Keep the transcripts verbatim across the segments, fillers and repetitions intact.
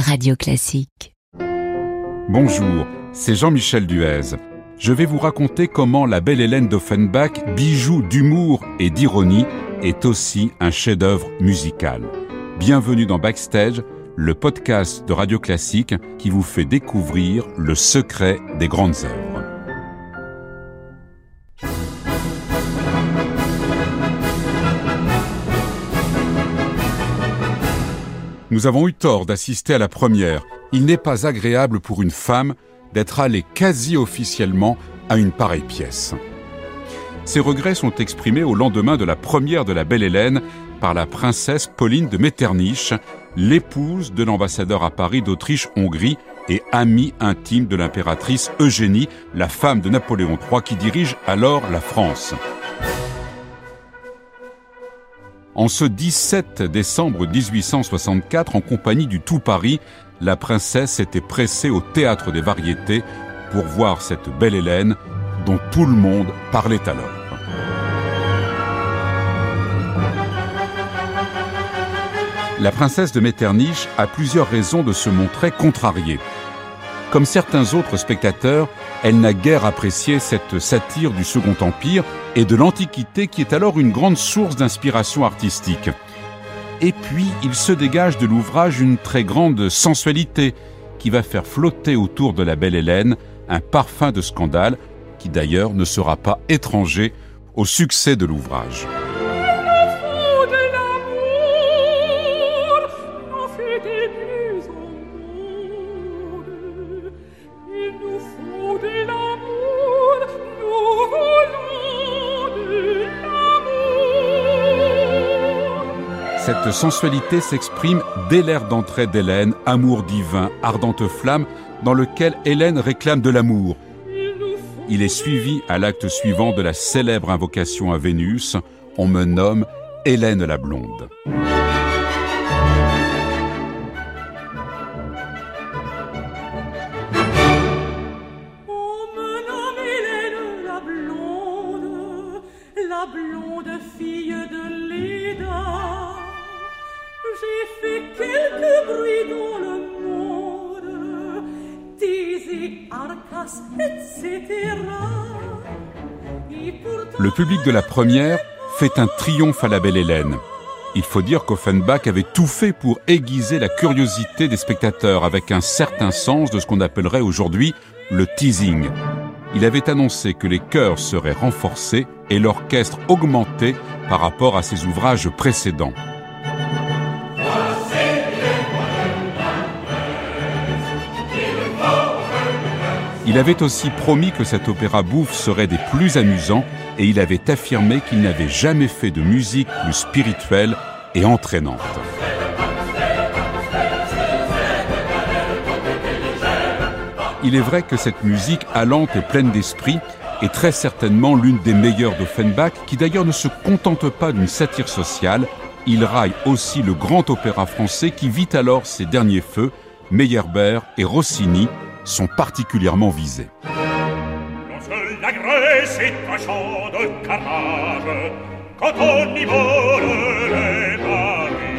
Radio Classique. Bonjour, c'est Jean-Michel Duez. Je vais vous raconter comment La Belle Hélène d'Offenbach, bijou d'humour et d'ironie, est aussi un chef-d'œuvre musical. Bienvenue dans Backstage, le podcast de Radio Classique qui vous fait découvrir le secret des grandes œuvres. Nous avons eu tort d'assister à la première. Il n'est pas agréable pour une femme d'être allée quasi-officiellement à une pareille pièce. Ces regrets sont exprimés au lendemain de la première de La Belle Hélène par la princesse Pauline de Metternich, l'épouse de l'ambassadeur à Paris d'Autriche-Hongrie et amie intime de l'impératrice Eugénie, la femme de Napoléon trois qui dirige alors la France. En ce dix-sept décembre dix-huit cent soixante-quatre, en compagnie du tout Paris, la princesse était pressée au Théâtre des Variétés pour voir cette Belle Hélène dont tout le monde parlait alors. La princesse de Metternich a plusieurs raisons de se montrer contrariée. Comme certains autres spectateurs, elle n'a guère apprécié cette satire du Second Empire et de l'Antiquité qui est alors une grande source d'inspiration artistique. Et puis, il se dégage de l'ouvrage une très grande sensualité qui va faire flotter autour de La Belle Hélène un parfum de scandale qui d'ailleurs ne sera pas étranger au succès de l'ouvrage. Cette sensualité s'exprime dès l'air d'entrée d'Hélène, amour divin, ardente flamme, dans lequel Hélène réclame de l'amour. Il est suivi à l'acte suivant de la célèbre invocation à Vénus, on me nomme Hélène la blonde. Le public de la première fait un triomphe à La Belle Hélène. Il faut dire qu'Offenbach avait tout fait pour aiguiser la curiosité des spectateurs avec un certain sens de ce qu'on appellerait aujourd'hui le teasing. Il avait annoncé que les chœurs seraient renforcés et l'orchestre augmenté par rapport à ses ouvrages précédents. Il avait aussi promis que cet opéra bouffe serait des plus amusants et il avait affirmé qu'il n'avait jamais fait de musique plus spirituelle et entraînante. Il est vrai que cette musique allante et pleine d'esprit est très certainement l'une des meilleures d'Offenbach, qui d'ailleurs ne se contente pas d'une satire sociale, il raille aussi le grand opéra français qui vit alors ses derniers feux. Meyerbeer et Rossini sont particulièrement visés. La Grèce est un champ de carnage quand on y vole les paris.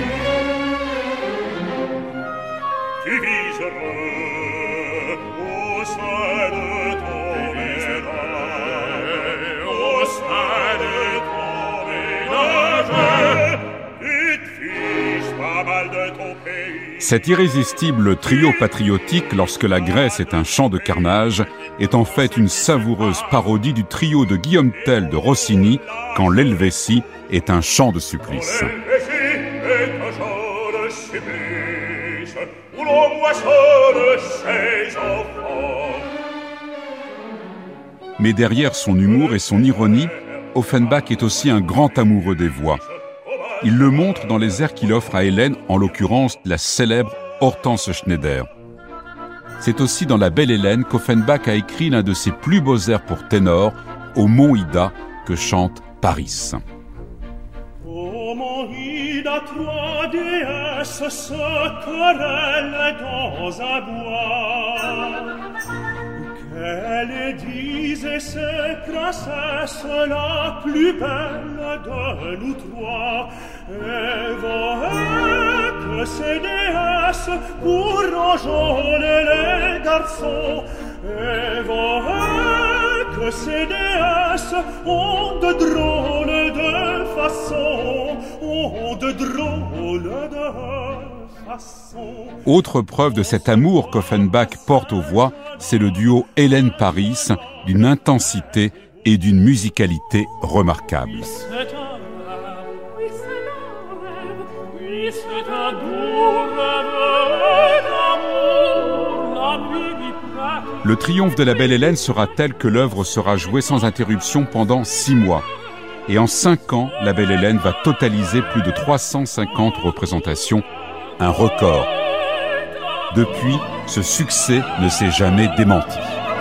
Tu viseras au sein de ton ménage, au sein de ton ménage, tu te fiches pas mal de ton pays. Cet irrésistible trio patriotique, lorsque la Grèce est un champ de carnage, est en fait une savoureuse parodie du trio de Guillaume Tell de Rossini, quand l'Helvétie est un chant de supplice. Mais derrière son humour et son ironie, Offenbach est aussi un grand amoureux des voix. Il le montre dans les airs qu'il offre à Hélène, en l'occurrence la célèbre Hortense Schneider. C'est aussi dans La Belle Hélène qu'Offenbach a écrit l'un de ses plus beaux airs pour ténor, Au Mont Ida, que chante Paris. Au Mont Ida, trois déesses se querellent dans un bois. Qu'elle disait c'est princesse la plus belle de nous trois. Et voilà que ces déesses pour enjôler les garçons, et vrai que ces déesses ont de drôles de façons, ont de drôles de façons. Autre preuve de cet amour qu'Offenbach porte aux voix, c'est le duo Hélène-Paris, d'une intensité et d'une musicalité remarquables. Le triomphe de la Belle Hélène sera tel que l'œuvre sera jouée sans interruption pendant six mois. Et en cinq ans, la Belle Hélène va totaliser plus de trois cent cinquante représentations, un record. Depuis, ce succès ne s'est jamais démenti.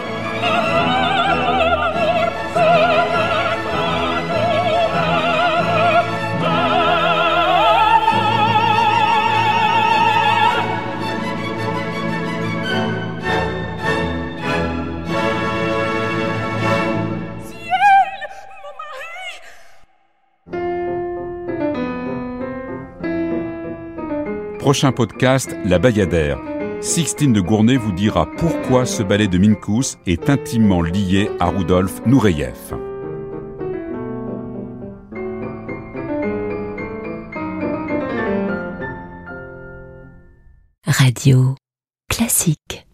Prochain podcast, La Bayadère. Sixtine de Gournay vous dira pourquoi ce ballet de Minkus est intimement lié à Rudolf Nureyev. Radio Classique.